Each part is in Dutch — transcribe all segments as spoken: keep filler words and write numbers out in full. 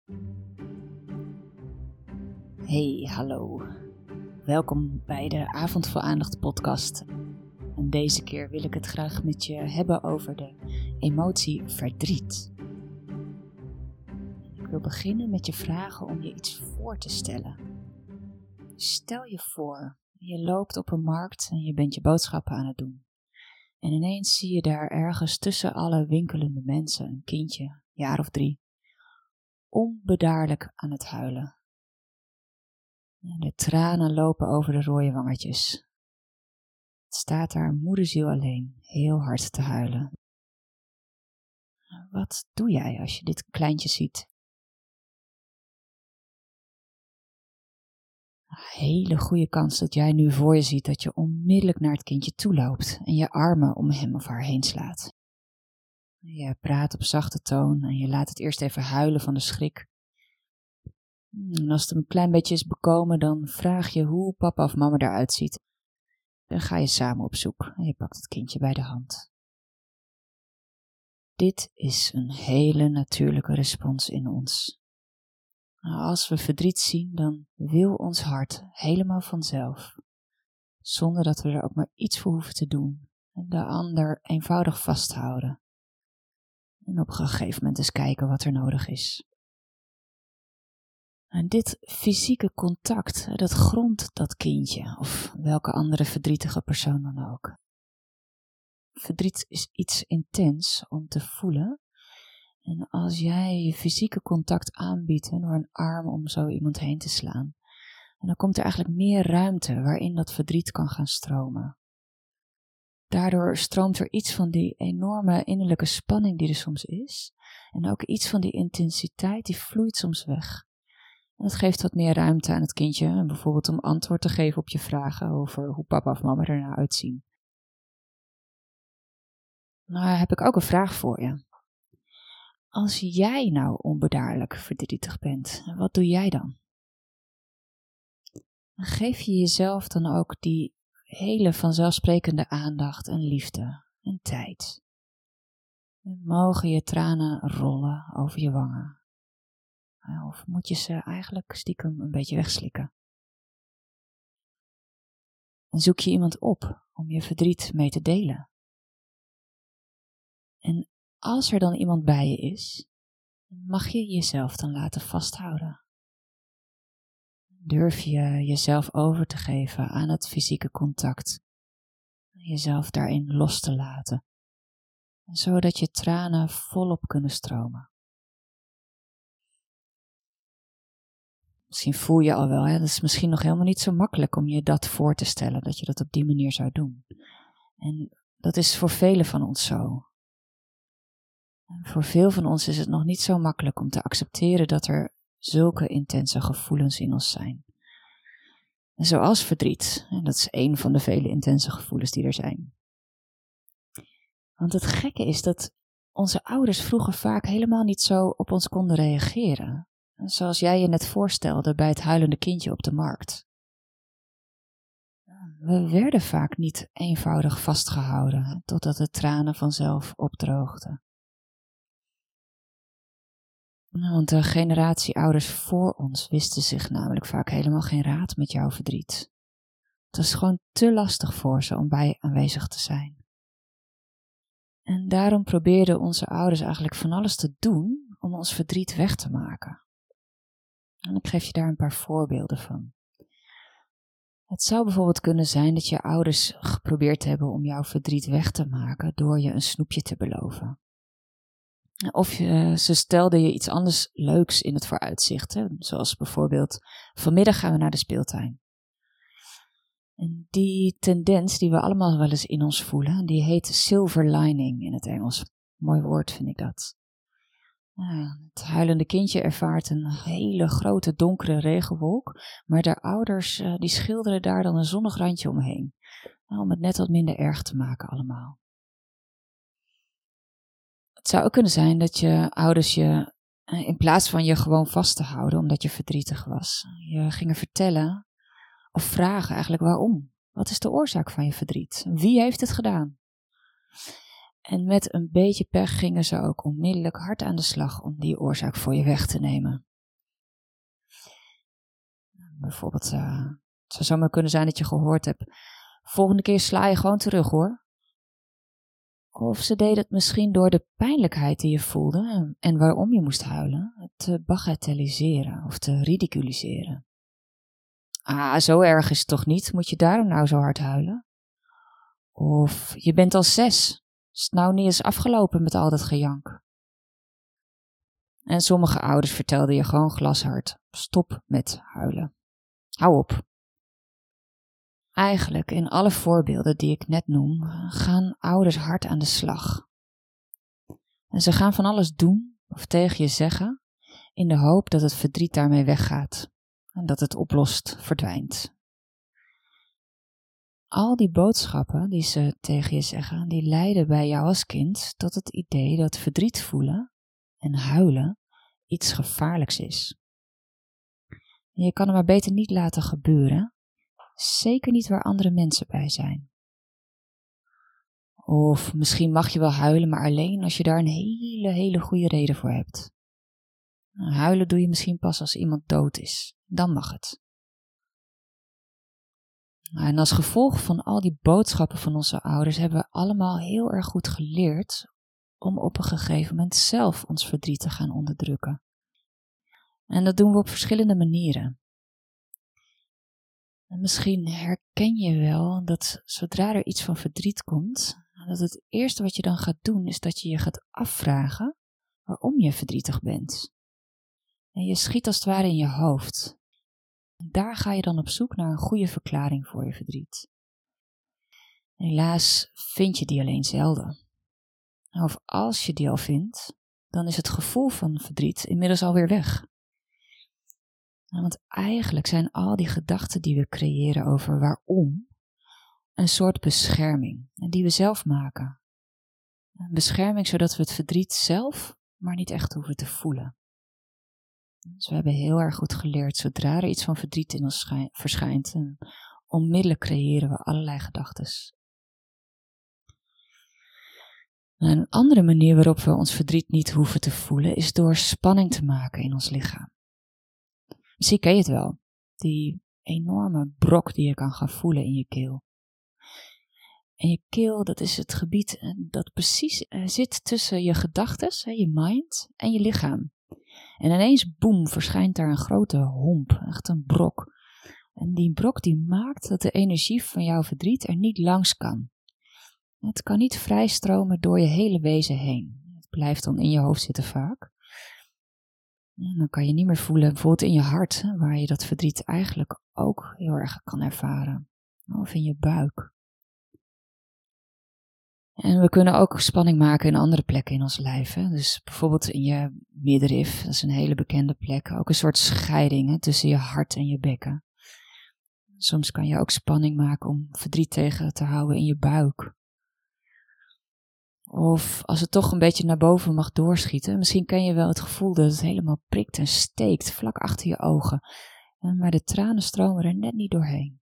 Hey, hallo. Welkom bij de Avond voor Aandacht podcast. En deze keer wil ik het graag met je hebben over de emotie verdriet. Ik wil beginnen met je vragen om je iets voor te stellen. Stel je voor, je loopt op een markt en je bent je boodschappen aan het doen. En ineens zie je daar ergens tussen alle winkelende mensen een kindje, jaar of drie, onbedaarlijk aan het huilen. De tranen lopen over de rode wangetjes. Het staat daar moederziel alleen, heel hard te huilen. Wat doe jij als je dit kleintje ziet? Een hele goede kans dat jij nu voor je ziet dat je onmiddellijk naar het kindje toeloopt en je armen om hem of haar heen slaat. Je praat op zachte toon en je laat het eerst even huilen van de schrik. En als het een klein beetje is bekomen, dan vraag je hoe papa of mama eruit ziet. Dan ga je samen op zoek en je pakt het kindje bij de hand. Dit is een hele natuurlijke respons in ons. Als we verdriet zien, dan wil ons hart helemaal vanzelf, zonder dat we er ook maar iets voor hoeven te doen, en de ander eenvoudig vasthouden. En op een gegeven moment eens kijken wat er nodig is. En dit fysieke contact, dat grondt dat kindje of welke andere verdrietige persoon dan ook. Verdriet is iets intens om te voelen. En als jij je fysieke contact aanbiedt door een arm om zo iemand heen te slaan, en dan komt er eigenlijk meer ruimte waarin dat verdriet kan gaan stromen. Daardoor stroomt er iets van die enorme innerlijke spanning die er soms is, en ook iets van die intensiteit die vloeit soms weg. En dat geeft wat meer ruimte aan het kindje, bijvoorbeeld om antwoord te geven op je vragen over hoe papa of mama er nou uitzien. Nou heb ik ook een vraag voor je. Als jij nou onbedaarlijk verdrietig bent, wat doe jij dan? Geef je jezelf dan ook die hele vanzelfsprekende aandacht en liefde en tijd? En mogen je tranen rollen over je wangen? Of moet je ze eigenlijk stiekem een beetje wegslikken? En zoek je iemand op om je verdriet mee te delen? En als er dan iemand bij je is, mag je jezelf dan laten vasthouden. Durf je jezelf over te geven aan het fysieke contact, jezelf daarin los te laten, zodat je tranen volop kunnen stromen. Misschien voel je al wel, hè, dat is misschien nog helemaal niet zo makkelijk om je dat voor te stellen, dat je dat op die manier zou doen. En dat is voor velen van ons zo. En voor veel van ons is het nog niet zo makkelijk om te accepteren dat er zulke intense gevoelens in ons zijn. En zoals verdriet, en dat is één van de vele intense gevoelens die er zijn. Want het gekke is dat onze ouders vroeger vaak helemaal niet zo op ons konden reageren. Zoals jij je net voorstelde bij het huilende kindje op de markt. We werden vaak niet eenvoudig vastgehouden, totdat de tranen vanzelf opdroogden. Want de generatie ouders voor ons wisten zich namelijk vaak helemaal geen raad met jouw verdriet. Het was gewoon te lastig voor ze om bij aanwezig te zijn. En daarom probeerden onze ouders eigenlijk van alles te doen om ons verdriet weg te maken. En ik geef je daar een paar voorbeelden van. Het zou bijvoorbeeld kunnen zijn dat je ouders geprobeerd hebben om jouw verdriet weg te maken door je een snoepje te beloven. Of je, ze stelden je iets anders leuks in het vooruitzicht, hè? Zoals bijvoorbeeld vanmiddag gaan we naar de speeltuin. En die tendens die we allemaal wel eens in ons voelen, die heet silver lining in het Engels. Mooi woord vind ik dat. Het huilende kindje ervaart een hele grote donkere regenwolk, maar de ouders die schilderen daar dan een zonnig randje omheen, om het net wat minder erg te maken allemaal. Het zou ook kunnen zijn dat je ouders je, in plaats van je gewoon vast te houden omdat je verdrietig was, je gingen vertellen of vragen eigenlijk waarom. Wat is de oorzaak van je verdriet? Wie heeft het gedaan? En met een beetje pech gingen ze ook onmiddellijk hard aan de slag om die oorzaak voor je weg te nemen. Bijvoorbeeld, uh, het zou zomaar kunnen zijn dat je gehoord hebt, volgende keer sla je gewoon terug hoor. Of ze deed het misschien door de pijnlijkheid die je voelde en, en waarom je moest huilen, te bagatelliseren of te ridiculiseren. Ah, zo erg is het toch niet, moet je daarom nou zo hard huilen? Of je bent al zes, is het nou niet eens afgelopen met al dat gejank? En sommige ouders vertelden je gewoon glashard, stop met huilen. Hou op. Eigenlijk, in alle voorbeelden die ik net noem, gaan ouders hard aan de slag. En ze gaan van alles doen of tegen je zeggen, in de hoop dat het verdriet daarmee weggaat en dat het oplost, verdwijnt. Al die boodschappen die ze tegen je zeggen, die leiden bij jou als kind tot het idee dat verdriet voelen en huilen iets gevaarlijks is. En je kan het maar beter niet laten gebeuren, zeker niet waar andere mensen bij zijn. Of misschien mag je wel huilen, maar alleen als je daar een hele, hele goede reden voor hebt. Huilen doe je misschien pas als iemand dood is, dan mag het. En als gevolg van al die boodschappen van onze ouders hebben we allemaal heel erg goed geleerd om op een gegeven moment zelf ons verdriet te gaan onderdrukken. En dat doen we op verschillende manieren. En misschien herken je wel dat zodra er iets van verdriet komt, dat het eerste wat je dan gaat doen is dat je je gaat afvragen waarom je verdrietig bent. En je schiet als het ware in je hoofd. En daar ga je dan op zoek naar een goede verklaring voor je verdriet. Helaas vind je die alleen zelden. Of als je die al vindt, dan is het gevoel van verdriet inmiddels alweer weg. Want eigenlijk zijn al die gedachten die we creëren over waarom een soort bescherming die we zelf maken. Een bescherming zodat we het verdriet zelf maar niet echt hoeven te voelen. Dus we hebben heel erg goed geleerd, zodra er iets van verdriet in ons verschijnt, onmiddellijk creëren we allerlei gedachten. Een andere manier waarop we ons verdriet niet hoeven te voelen is door spanning te maken in ons lichaam. Misschien ken je het wel, die enorme brok die je kan gaan voelen in je keel. En je keel, dat is het gebied dat precies zit tussen je gedachten, je mind, en je lichaam. En ineens, boem, verschijnt daar een grote homp, echt een brok. En die brok die maakt dat de energie van jouw verdriet er niet langs kan. Het kan niet vrijstromen door je hele wezen heen. Het blijft dan in je hoofd zitten vaak. En dan kan je niet meer voelen, bijvoorbeeld in je hart, waar je dat verdriet eigenlijk ook heel erg kan ervaren. Of in je buik. En we kunnen ook spanning maken in andere plekken in ons lijf. Hè? Dus bijvoorbeeld in je middenrif, dat is een hele bekende plek. Ook een soort scheiding hè, tussen je hart en je bekken. Soms kan je ook spanning maken om verdriet tegen te houden in je buik. Of als het toch een beetje naar boven mag doorschieten. Misschien ken je wel het gevoel dat het helemaal prikt en steekt vlak achter je ogen. Maar de tranen stromen er net niet doorheen.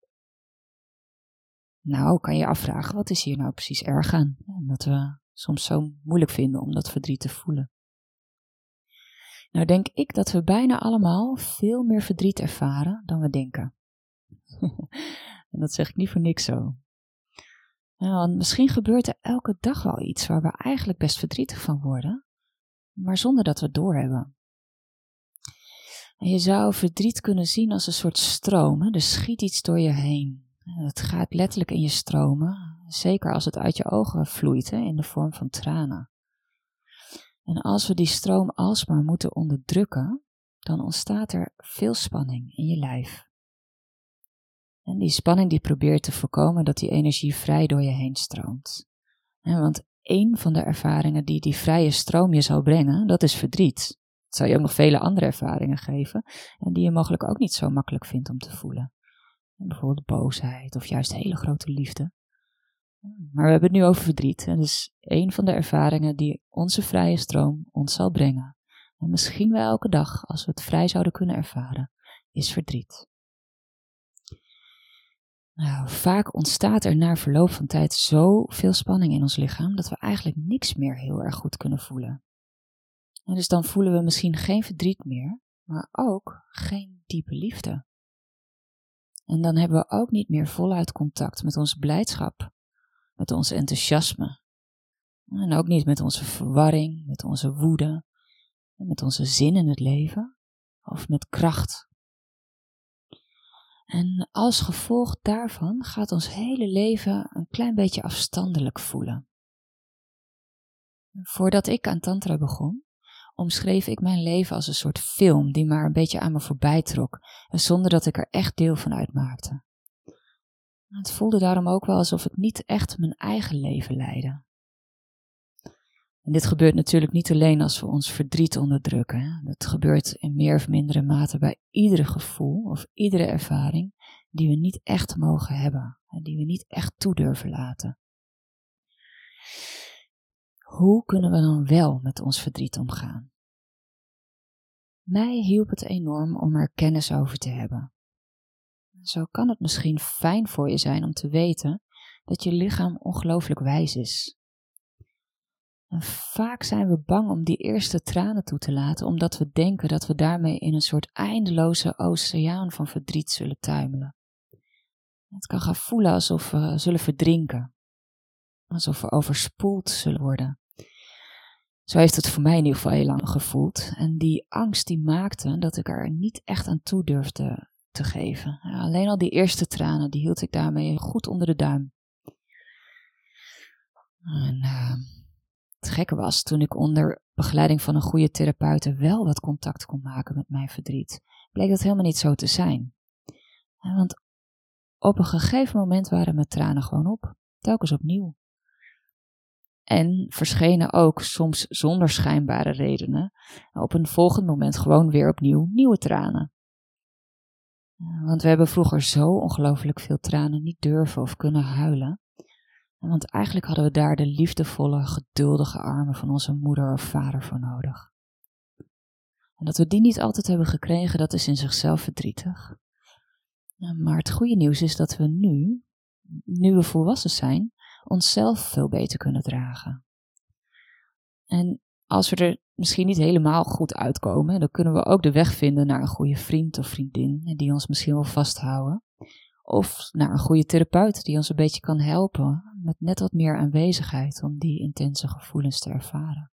Nou, kan je je afvragen, wat is hier nou precies erg aan? Dat we soms zo moeilijk vinden om dat verdriet te voelen. Nou denk ik dat we bijna allemaal veel meer verdriet ervaren dan we denken. En dat zeg ik niet voor niks zo. Nou, misschien gebeurt er elke dag wel iets waar we eigenlijk best verdrietig van worden, maar zonder dat we het doorhebben. En je zou verdriet kunnen zien als een soort stroom, hè? Er schiet iets door je heen. Het gaat letterlijk in je stromen, zeker als het uit je ogen vloeit, hè, in de vorm van tranen. En als we die stroom alsmaar moeten onderdrukken, dan ontstaat er veel spanning in je lijf. En die spanning die probeert te voorkomen dat die energie vrij door je heen stroomt. En want één van de ervaringen die die vrije stroom je zal brengen, dat is verdriet. Het zal je ook nog vele andere ervaringen geven, en die je mogelijk ook niet zo makkelijk vindt om te voelen. Bijvoorbeeld boosheid of juist hele grote liefde. Maar we hebben het nu over verdriet. En dus een van de ervaringen die onze vrije stroom ons zal brengen. En misschien wel elke dag, als we het vrij zouden kunnen ervaren, is verdriet. Nou, vaak ontstaat er na verloop van tijd zoveel spanning in ons lichaam dat we eigenlijk niks meer heel erg goed kunnen voelen. En dus dan voelen we misschien geen verdriet meer, maar ook geen diepe liefde. En dan hebben we ook niet meer voluit contact met onze blijdschap, met ons enthousiasme. En ook niet met onze verwarring, met onze woede, met onze zin in het leven of met kracht. En als gevolg daarvan gaat ons hele leven een klein beetje afstandelijk voelen. Voordat ik aan Tantra begon, omschreef ik mijn leven als een soort film die maar een beetje aan me voorbij trok, en zonder dat ik er echt deel van uitmaakte. Het voelde daarom ook wel alsof ik niet echt mijn eigen leven leidde. En dit gebeurt natuurlijk niet alleen als we ons verdriet onderdrukken. Dat gebeurt in meer of mindere mate bij iedere gevoel of iedere ervaring die we niet echt mogen hebben en die we niet echt toe durven laten. Hoe kunnen we dan wel met ons verdriet omgaan? Mij hielp het enorm om er kennis over te hebben. Zo kan het misschien fijn voor je zijn om te weten dat je lichaam ongelooflijk wijs is. En vaak zijn we bang om die eerste tranen toe te laten, omdat we denken dat we daarmee in een soort eindeloze oceaan van verdriet zullen tuimelen. Het kan gaan voelen alsof we zullen verdrinken, alsof we overspoeld zullen worden. Zo heeft het voor mij in ieder geval heel lang gevoeld. En die angst die maakte dat ik er niet echt aan toe durfde te geven. Alleen al die eerste tranen, die hield ik daarmee goed onder de duim. En uh, het gekke was, toen ik onder begeleiding van een goede therapeute wel wat contact kon maken met mijn verdriet, bleek dat helemaal niet zo te zijn. Want op een gegeven moment waren mijn tranen gewoon op, telkens opnieuw. En verschenen ook, soms zonder schijnbare redenen, op een volgend moment gewoon weer opnieuw nieuwe tranen. Want we hebben vroeger zo ongelooflijk veel tranen niet durven of kunnen huilen. Want eigenlijk hadden we daar de liefdevolle, geduldige armen van onze moeder of vader voor nodig. En dat we die niet altijd hebben gekregen, dat is in zichzelf verdrietig. Maar het goede nieuws is dat we nu, nu we volwassen zijn, onszelf veel beter kunnen dragen. En als we er misschien niet helemaal goed uitkomen, dan kunnen we ook de weg vinden naar een goede vriend of vriendin die ons misschien wil vasthouden. Of naar een goede therapeut die ons een beetje kan helpen met net wat meer aanwezigheid om die intense gevoelens te ervaren.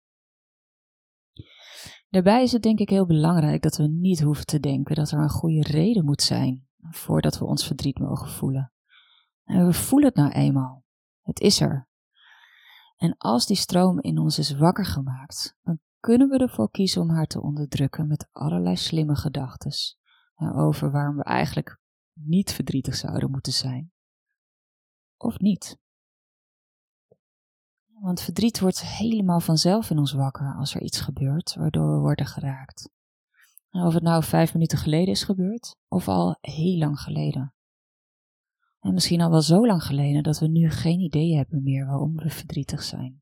Daarbij is het denk ik heel belangrijk dat we niet hoeven te denken dat er een goede reden moet zijn voordat we ons verdriet mogen voelen. En we voelen het nou eenmaal. Het is er. En als die stroom in ons is wakker gemaakt, dan kunnen we ervoor kiezen om haar te onderdrukken met allerlei slimme gedachten over waarom we eigenlijk niet verdrietig zouden moeten zijn. Of niet. Want verdriet wordt helemaal vanzelf in ons wakker als er iets gebeurt waardoor we worden geraakt. En of het nou vijf minuten geleden is gebeurd, of al heel lang geleden. En misschien al wel zo lang geleden dat we nu geen idee hebben meer waarom we verdrietig zijn.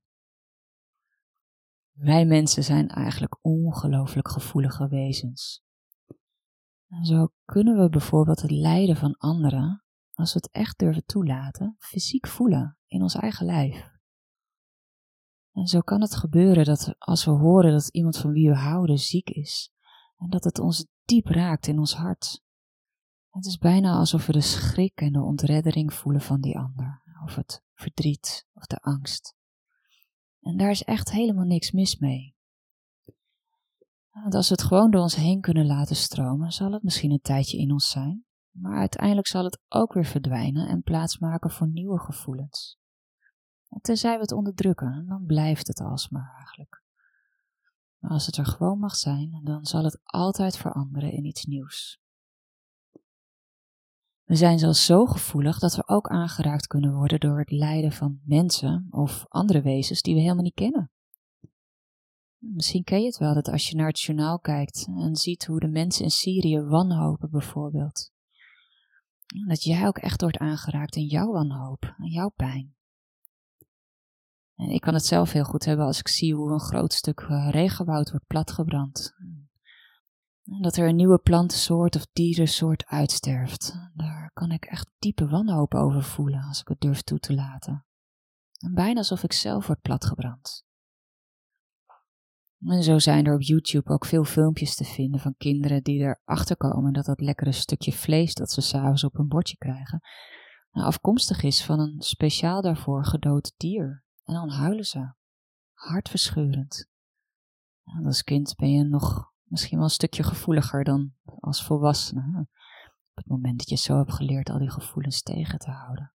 Wij mensen zijn eigenlijk ongelooflijk gevoelige wezens. En zo kunnen we bijvoorbeeld het lijden van anderen, als we het echt durven toelaten, fysiek voelen in ons eigen lijf. En zo kan het gebeuren dat als we horen dat iemand van wie we houden ziek is, en dat het ons diep raakt in ons hart. Het is bijna alsof we de schrik en de ontreddering voelen van die ander, of het verdriet of de angst. En daar is echt helemaal niks mis mee. Want als we het gewoon door ons heen kunnen laten stromen, zal het misschien een tijdje in ons zijn, maar uiteindelijk zal het ook weer verdwijnen en plaatsmaken voor nieuwe gevoelens. En tenzij we het onderdrukken, dan blijft het alsmaar eigenlijk. Maar als het er gewoon mag zijn, dan zal het altijd veranderen in iets nieuws. We zijn zelfs zo gevoelig dat we ook aangeraakt kunnen worden door het lijden van mensen of andere wezens die we helemaal niet kennen. Misschien ken je het wel dat als je naar het journaal kijkt en ziet hoe de mensen in Syrië wanhopen bijvoorbeeld. Dat jij ook echt wordt aangeraakt in jouw wanhoop, en jouw pijn. En ik kan het zelf heel goed hebben als ik zie hoe een groot stuk regenwoud wordt platgebrand. En dat er een nieuwe plantensoort of dierensoort uitsterft. Daar kan ik echt diepe wanhoop over voelen als ik het durf toe te laten. En bijna alsof ik zelf word platgebrand. En zo zijn er op YouTube ook veel filmpjes te vinden van kinderen die erachter komen dat dat lekkere stukje vlees dat ze 's avonds op hun bordje krijgen, nou, afkomstig is van een speciaal daarvoor gedood dier. En dan huilen ze. Hartverscheurend. En als kind ben je nog misschien wel een stukje gevoeliger dan als volwassene. Op het moment dat je zo hebt geleerd al die gevoelens tegen te houden.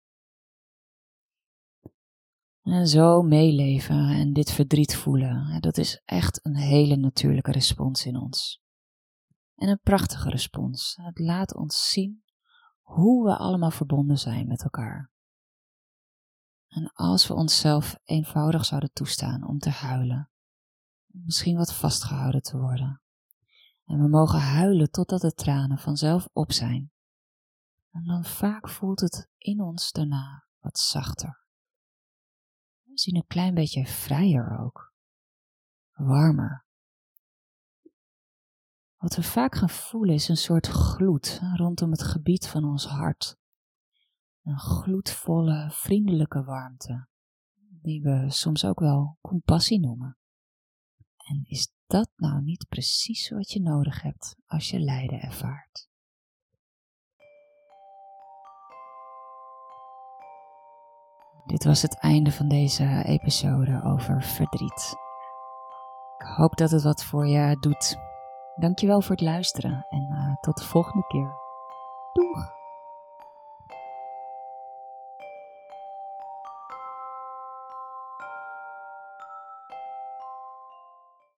En zo meeleven en dit verdriet voelen, dat is echt een hele natuurlijke respons in ons. En een prachtige respons. Het laat ons zien hoe we allemaal verbonden zijn met elkaar. En als we onszelf eenvoudig zouden toestaan om te huilen, misschien wat vastgehouden te worden. En we mogen huilen totdat de tranen vanzelf op zijn. En dan vaak voelt het in ons daarna wat zachter. We zien een klein beetje vrijer ook. Warmer. Wat we vaak gaan voelen is een soort gloed rondom het gebied van ons hart. Een gloedvolle, vriendelijke warmte, die we soms ook wel compassie noemen. En is dat nou niet precies wat je nodig hebt als je lijden ervaart? Dit was het einde van deze episode over verdriet. Ik hoop dat het wat voor je doet. Dankjewel voor het luisteren en uh, tot de volgende keer. Doeg!